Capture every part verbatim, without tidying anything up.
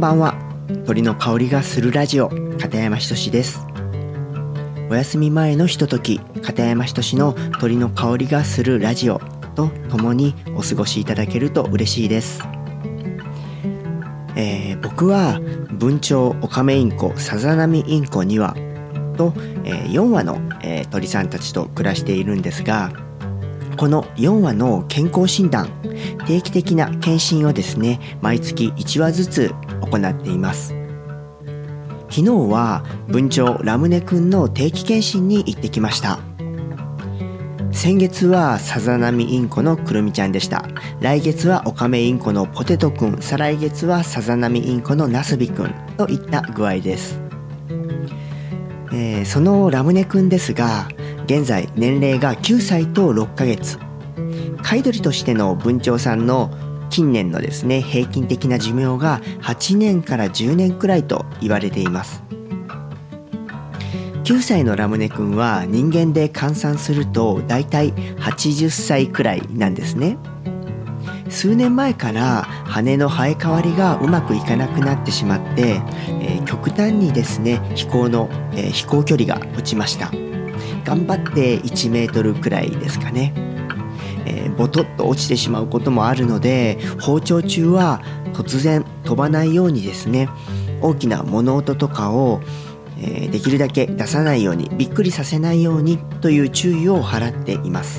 んばんは。鳥の香りがするラジオ、片山仁です。お休み前のひととき、片山仁の鳥の香りがするラジオと共にお過ごしいただけると嬉しいです。えー、僕は文鳥オカメインコ、サザナミインコにわと、えー、よんわの、えー、鳥さんたちと暮らしているんですが、このよんわの健康診断、定期的な検診をですね、毎月いちわずつ行っています。昨日は文鳥ラムネくんの定期検診に行ってきました。先月はサザナミインコのクルミちゃんでした。来月はオカメインコのポテトくん、再来月はサザナミインコのナスビくんといった具合です。えー、そのラムネくんですが、現在年齢がきゅうさいとろっかげつ。飼い鳥としての文鳥さんの近年のですね、平均的な寿命がはちねんからじゅうねんくらいと言われています。きゅうさいのラムネくんは人間で換算するとだいたいはちじゅっさいくらいなんですね。数年前から羽の生え変わりがうまくいかなくなってしまって、えー、極端にですね、飛行の、えー、飛行距離が落ちました。頑張っていちメートルくらいですかね。えー、ボトッと落ちてしまうこともあるので、放鳥中は突然飛ばないようにですね、大きな物音とかを、えー、できるだけ出さないように、びっくりさせないようにという注意を払っています。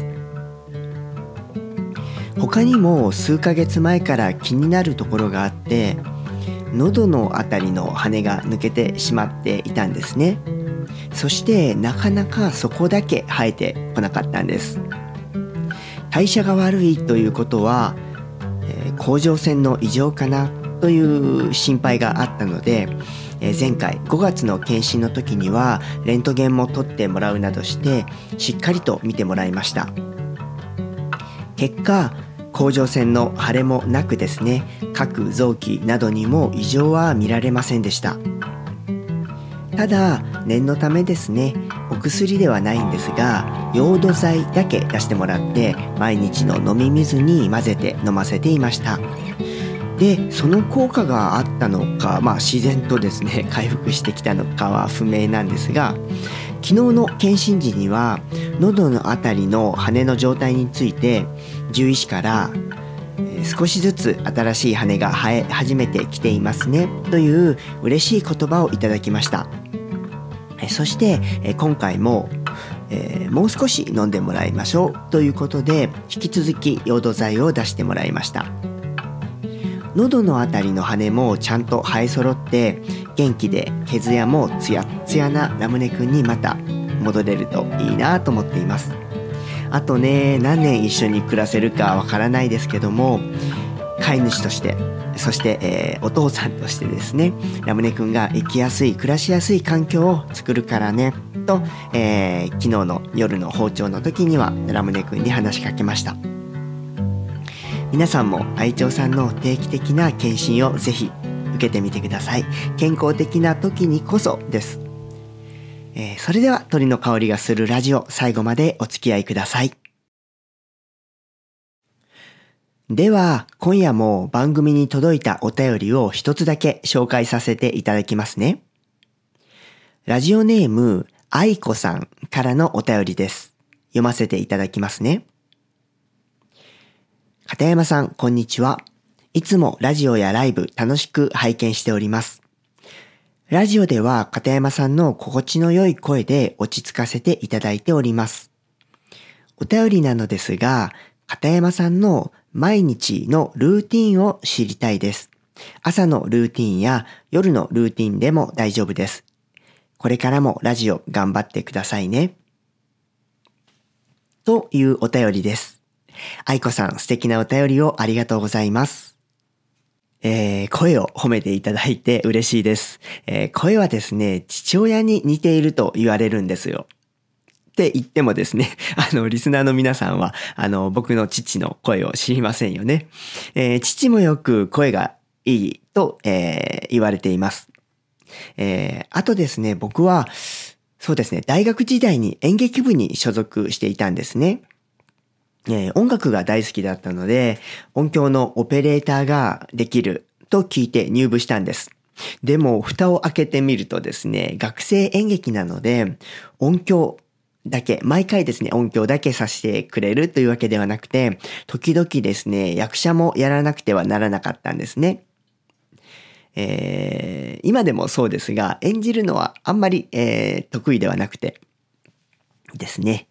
他にも数ヶ月前から気になるところがあって、喉のあたりの羽が抜けてしまっていたんですね。そしてなかなかそこだけ生えてこなかったんです。代謝が悪いということは、えー、甲状腺の異常かなという心配があったので、えー、前回ごがつの検診の時にはレントゲンも取ってもらうなどしてしっかりと見てもらいました。結果、甲状腺の腫れもなくですね、各臓器などにも異常は見られませんでした。ただ念のためですね、お薬ではないんですがヨード剤だけ出してもらって毎日の飲み水に混ぜて飲ませていました。でその効果があったのか、まあ、自然とですね回復してきたのかは不明なんですが、昨日の検診時には喉のあたりの羽の状態について獣医師から少しずつ新しい羽が生え始めてきていますねという嬉しい言葉をいただきました。そして今回も、えー、もう少し飲んでもらいましょうということで引き続きヨード剤を出してもらいました。喉のあたりの羽もちゃんと生え揃って元気で毛艶もツヤッツヤなラムネくんにまた戻れるといいなと思っています。あとね、何年一緒に暮らせるかわからないですけども、飼い主としてそして、えー、お父さんとしてですね、ラムネくんが生きやすい暮らしやすい環境を作るからねと、えー、昨日の夜の放鳥の時にはラムネくんに話しかけました。皆さんも愛鳥さんの定期的な検診をぜひ受けてみてください。健康的な時にこそです。えー、それでは鳥の香りがするラジオ、最後までお付き合いください。では今夜も番組に届いたお便りを一つだけ紹介させていただきますね。ラジオネームあいこさんからのお便りです。読ませていただきますね。片山さん、こんにちは。いつもラジオやライブ楽しく拝見しております。ラジオでは片山さんの心地の良い声で落ち着かせていただいております。お便りなのですが、片山さんの毎日のルーティンを知りたいです。朝のルーティンや夜のルーティンでも大丈夫です。これからもラジオ頑張ってくださいね。というお便りです。愛子さん、素敵なお便りをありがとうございます。えー、声を褒めていただいて嬉しいです。えー、声はですね、父親に似ていると言われるんですよ。って言ってもですね、あの、リスナーの皆さんは、あの、僕の父の声を知りませんよね。えー、父もよく声がいいと、えー、言われています。えー、あとですね、僕は、そうですね、大学時代に演劇部に所属していたんですね。えー、音楽が大好きだったので、音響のオペレーターができると聞いて入部したんです。でも蓋を開けてみるとですね、学生演劇なので音響だけ、毎回ですね、音響だけさせてくれるというわけではなくて、時々ですね、役者もやらなくてはならなかったんですね。えー、今でもそうですが、演じるのはあんまり、えー、得意ではなくてですね。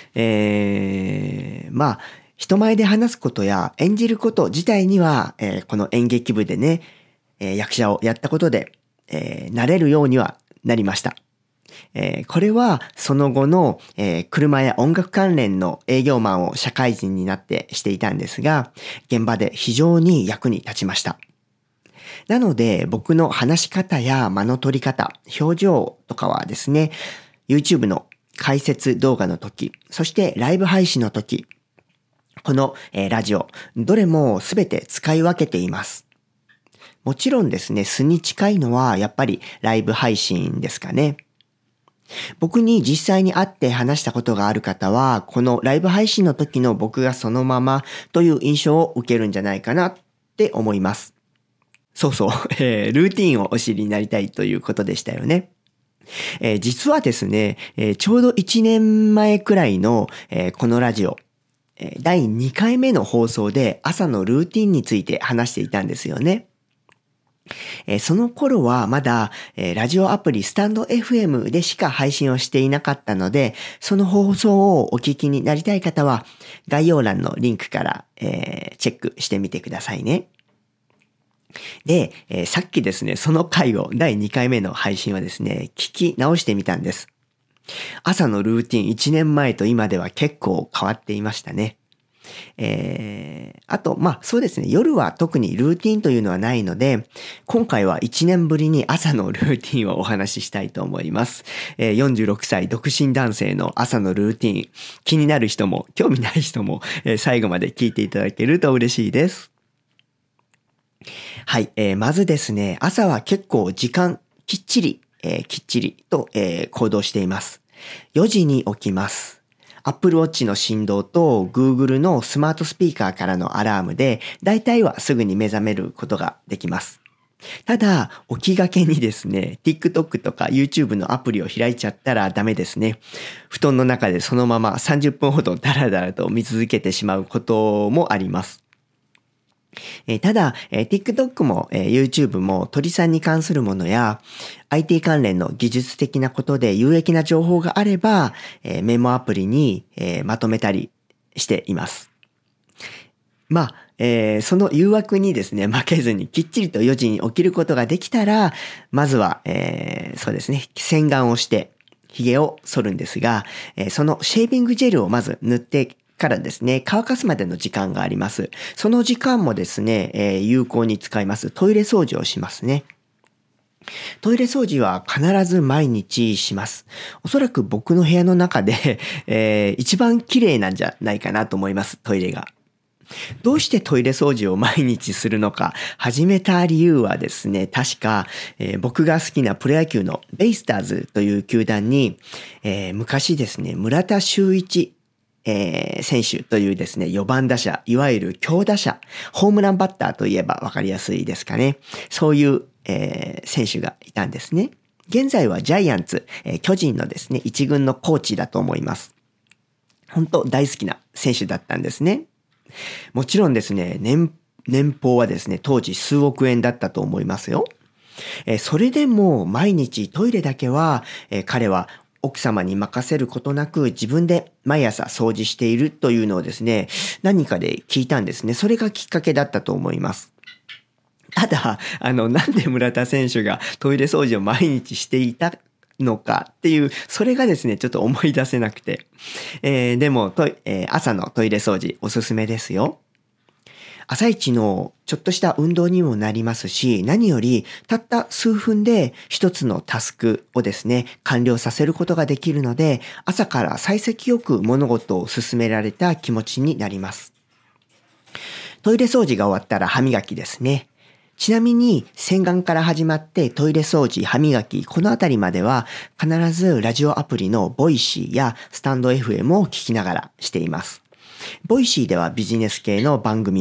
えー、まあ、人前で話すことや演じること自体には、えー、この演劇部でね、えー、役者をやったことで、えー、慣れるようにはなりました。えー、これはその後の、えー、車や音楽関連の営業マンを社会人になってしていたんですが、現場で非常に役に立ちました。なので僕の話し方や間の取り方、表情とかはですね、YouTube の解説動画の時、そしてライブ配信の時、この、えー、ラジオ、どれもすべて使い分けています。もちろんですね、素に近いのはやっぱりライブ配信ですかね。僕に実際に会って話したことがある方は、このライブ配信の時の僕がそのままという印象を受けるんじゃないかなって思います。そうそう、えー、ルーティンをお知りになりたいということでしたよね。えー、実はですね、えー、ちょうどいちねんまえくらいの、えー、このラジオ、えー、だいにかいめの放送で朝のルーティンについて話していたんですよね。えー、その頃はまだ、えー、ラジオアプリスタンド エフエム でしか配信をしていなかったので、その放送をお聞きになりたい方は概要欄のリンクから、えー、チェックしてみてくださいね。で、えー、さっきですね、その回をだいにかいめの配信はですね、聞き直してみたんです。朝のルーティンいちねんまえと今では結構変わっていましたね。えー、あと、まあそうですね、夜は特にルーティンというのはないので、今回はいちねんぶりに朝のルーティンをお話ししたいと思います。えー、よんじゅうろくさい独身男性の朝のルーティン、気になる人も興味ない人も、えー、最後まで聞いていただけると嬉しいです。はい、えー、まずですね、朝は結構時間きっちり、えー、きっちりと、えー、行動しています。よじに起きます。Apple Watch の振動と Google のスマートスピーカーからのアラームで、だいたいはすぐに目覚めることができます。ただ、起きがけにですね、TikTok とか YouTube のアプリを開いちゃったらダメですね。布団の中でそのままさんじゅっぷんほどダラダラと見続けてしまうこともあります。えー、ただ、えー、TikTok も、えー、YouTube も鳥さんに関するものや アイティー 関連の技術的なことで有益な情報があれば、えー、メモアプリに、えー、まとめたりしています。まあ、えー、その誘惑にですね、負けずにきっちりとよじに起きることができたら、まずは、えー、そうですね、洗顔をして髭を剃るんですが、えー、そのシェービングジェルをまず塗ってからですね、乾かすまでの時間があります。その時間もですね、えー、有効に使います。トイレ掃除をしますね。トイレ掃除は必ず毎日します。おそらく僕の部屋の中で、えー、一番綺麗なんじゃないかなと思います、トイレが。どうしてトイレ掃除を毎日するのか、始めた理由はですね、確か、えー、僕が好きなプロ野球のベイスターズという球団に、えー、昔ですね、村田修一えー、選手というですね、よばん打者、いわゆる強打者、ホームランバッターといえばわかりやすいですかね。そういう、えー、選手がいたんですね。現在はジャイアンツ、えー、巨人のですね、一軍のコーチだと思います。本当大好きな選手だったんですね。もちろんですね、年、年俸はですね、当時数億円だったと思いますよ。えー、それでも毎日トイレだけは、えー、彼は奥様に任せることなく自分で毎朝掃除しているというのをですね、何かで聞いたんですね。それがきっかけだったと思います。ただ、あの、なんで村田選手がトイレ掃除を毎日していたのかっていう、それがですね、ちょっと思い出せなくて。えー、でもトイ、えー、朝のトイレ掃除おすすめですよ。朝一のちょっとした運動にもなりますし、何よりたった数分で一つのタスクをですね、完了させることができるので、朝から幸先よく物事を進められた気持ちになります。トイレ掃除が終わったら歯磨きですね。ちなみに洗顔から始まってトイレ掃除、歯磨き、このあたりまでは必ずラジオアプリのボイシーやスタンド エフエム を聞きながらしています。ボイシーではビジネス系の番組を、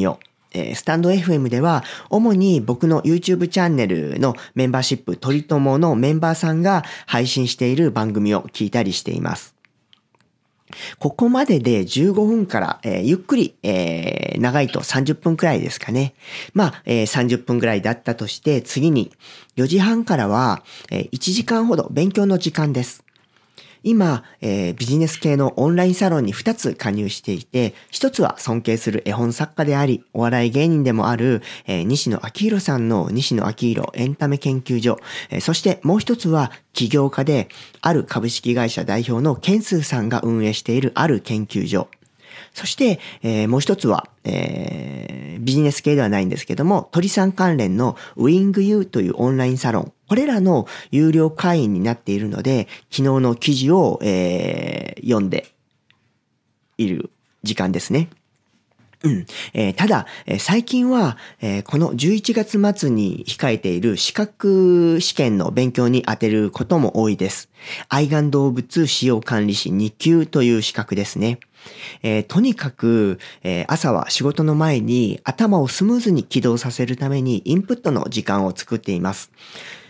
えー、スタンド エフエム では主に僕の YouTube チャンネルのメンバーシップ鳥友のメンバーさんが配信している番組を聞いたりしています。ここまででじゅうごふんから、えー、ゆっくり、えー、長いとさんじゅっぷんくらいですかね。まあ、えー、さんじゅっぷんくらいだったとして次によじはんからは、えー、いちじかんほど勉強の時間です。今、えー、ビジネス系のオンラインサロンにふたつ加入していて、ひとつは尊敬する絵本作家であり、お笑い芸人でもある、えー、西野昭弘さんの西野昭弘エンタメ研究所、えー、そしてもうひとつは起業家で、ある株式会社代表のケンスーさんが運営しているある研究所。そして、えー、もう一つは、えー、ビジネス系ではないんですけども、鳥さん関連の ウィングユー というオンラインサロン。これらの有料会員になっているので、昨日の記事を、えー、読んでいる時間ですね。うんえー、ただ、えー、最近は、えー、このじゅういちがつ末に控えている資格試験の勉強に当てることも多いです。愛玩動物使用管理士に級という資格ですね。えー、とにかく、えー、朝は仕事の前に頭をスムーズに起動させるためにインプットの時間を作っています。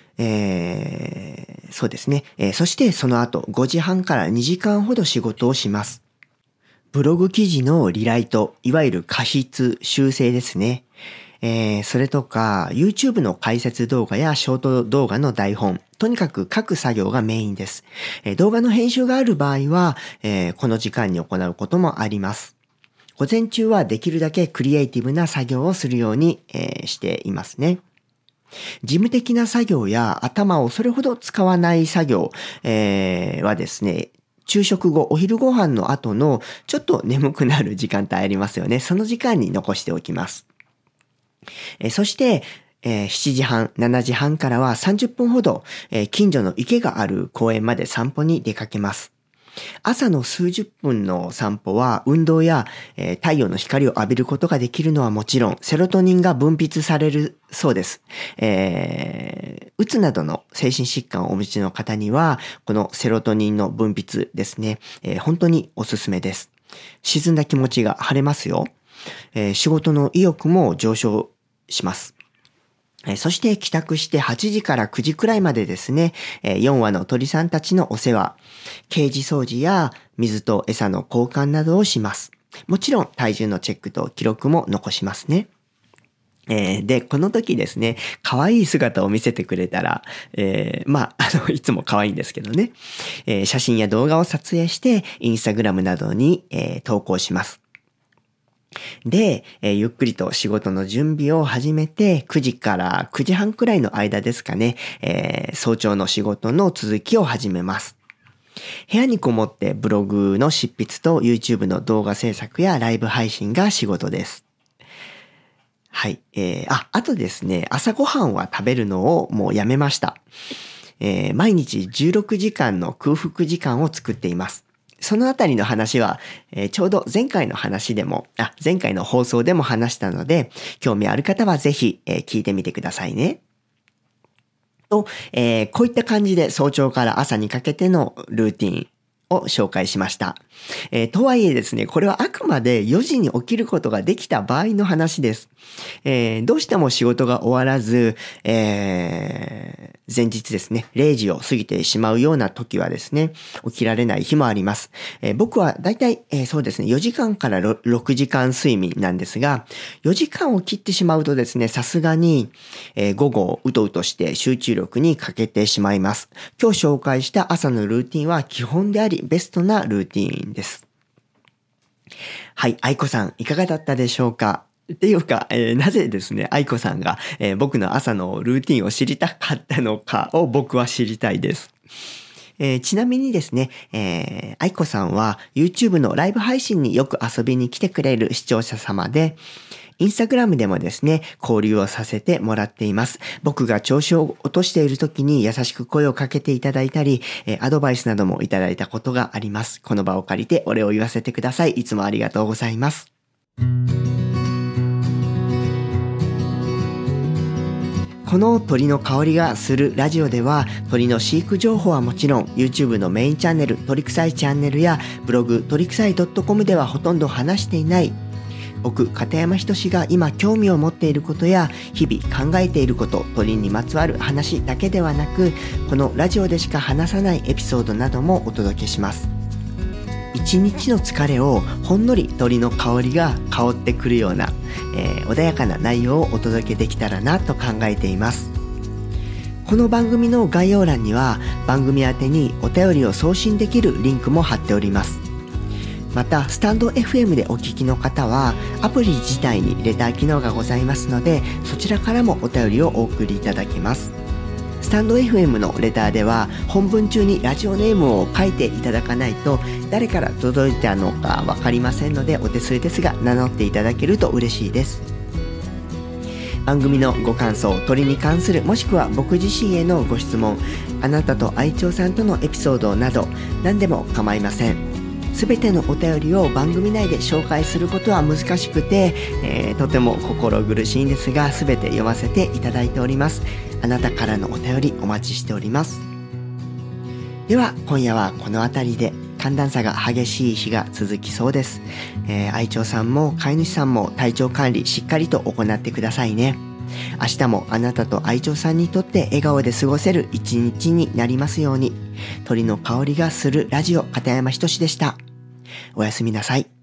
えー、そうですね、えー。そしてその後ごじはんからにじかんほど仕事をします。ブログ記事のリライト、いわゆる加筆、修正ですね。えー、それとか YouTube の解説動画やショート動画の台本、とにかく書く作業がメインです。えー、動画の編集がある場合は、えー、この時間に行うこともあります。午前中はできるだけクリエイティブな作業をするように、えー、していますね。事務的な作業や頭をそれほど使わない作業、えー、はですね、昼食後、お昼ご飯の後のちょっと眠くなる時間帯ありますよね。その時間に残しておきます。えー、そして、えー、しちじはん、しちじはんからはさんじゅっぷんほど、えー、近所の池がある公園まで散歩に出かけます。朝の数十分の散歩は運動や、えー、太陽の光を浴びることができるのはもちろん、セロトニンが分泌されるそうです。えー、うつなどの精神疾患をお持ちの方には、このセロトニンの分泌ですね、えー、本当におすすめです。沈んだ気持ちが晴れますよ。えー、仕事の意欲も上昇します。そして帰宅してはちじからくじくらいまでですね、よんわの鳥さんたちのお世話、ケージ掃除や水と餌の交換などをします。もちろん体重のチェックと記録も残しますね。えー、で、この時ですね、可愛い姿を見せてくれたら、えー、まあ、あの、いつも可愛いんですけどね、えー、写真や動画を撮影して、インスタグラムなどに、えー、投稿します。で、えー、ゆっくりと仕事の準備を始めて、くじからくじはんくらいの間ですかね、えー、早朝の仕事の続きを始めます。部屋にこもってブログの執筆と YouTube の動画制作やライブ配信が仕事です。はい。えー、あ、あとですね、朝ごはんは食べるのをもうやめました。えー、毎日じゅうろくじかんの空腹時間を作っています。そのあたりの話は、えー、ちょうど前回の話でも、あ、前回の放送でも話したので、興味ある方はぜひ、えー、聞いてみてくださいね。と、えー、こういった感じで早朝から朝にかけてのルーティンを紹介しました。えー、とはいえですね、これはあくまでよじに起きることができた場合の話です。えー、どうしても仕事が終わらず、えー、前日ですね、れいじを過ぎてしまうような時はですね、起きられない日もあります。えー、僕はだいたい、えー、そうですね、よじかんからろくじかん睡眠なんですが、よじかんを切ってしまうとですね、さすがに、えー、午後うとうとして集中力に欠けてしまいます。今日紹介した朝のルーティンは基本であり、ベストなルーティンです。はい、愛子さんいかがだったでしょうか。っていうか、えー、なぜですね、愛子さんが、えー、僕の朝のルーティンを知りたかったのかを僕は知りたいです。えー、ちなみにですね、えー、愛子さんは YouTube のライブ配信によく遊びに来てくれる視聴者様で、インスタグラムでもですね、交流をさせてもらっています。僕が調子を落としている時に優しく声をかけていただいたり、えー、アドバイスなどもいただいたことがあります。この場を借りてお礼を言わせてください。いつもありがとうございます。この鳥の香りがするラジオでは、鳥の飼育情報はもちろん YouTube のメインチャンネル鳥臭いチャンネルやブログ鳥臭い .com ではほとんど話していない僕片山仁が今興味を持っていることや日々考えていること、鳥にまつわる話だけではなく、このラジオでしか話さないエピソードなどもお届けします。一日の疲れをほんのり鳥の香りが香ってくるような、えー、穏やかな内容をお届けできたらなと考えています。この番組の概要欄には番組宛てにお便りを送信できるリンクも貼っております。またスタンド エフエム でお聞きの方はアプリ自体にレター機能がございますので、そちらからもお便りをお送りいただけます。スタンド エフエム のレターでは本文中にラジオネームを書いていただかないと誰から届いたのかわかりませんので、お手数ですが名乗っていただけると嬉しいです。番組のご感想、鳥に関するもしくは僕自身へのご質問、あなたと愛鳥さんとのエピソードなど何でも構いません。すべてのお便りを番組内で紹介することは難しくて、えー、とても心苦しいんですが、すべて読ませていただいております。あなたからのお便りお待ちしております。では今夜はこの辺りで。寒暖差が激しい日が続きそうです。えー、愛鳥さんも飼い主さんも体調管理しっかりと行ってくださいね。明日もあなたと愛鳥さんにとって笑顔で過ごせる一日になりますように。鳥の香りがするラジオ片山仁でした。おやすみなさい。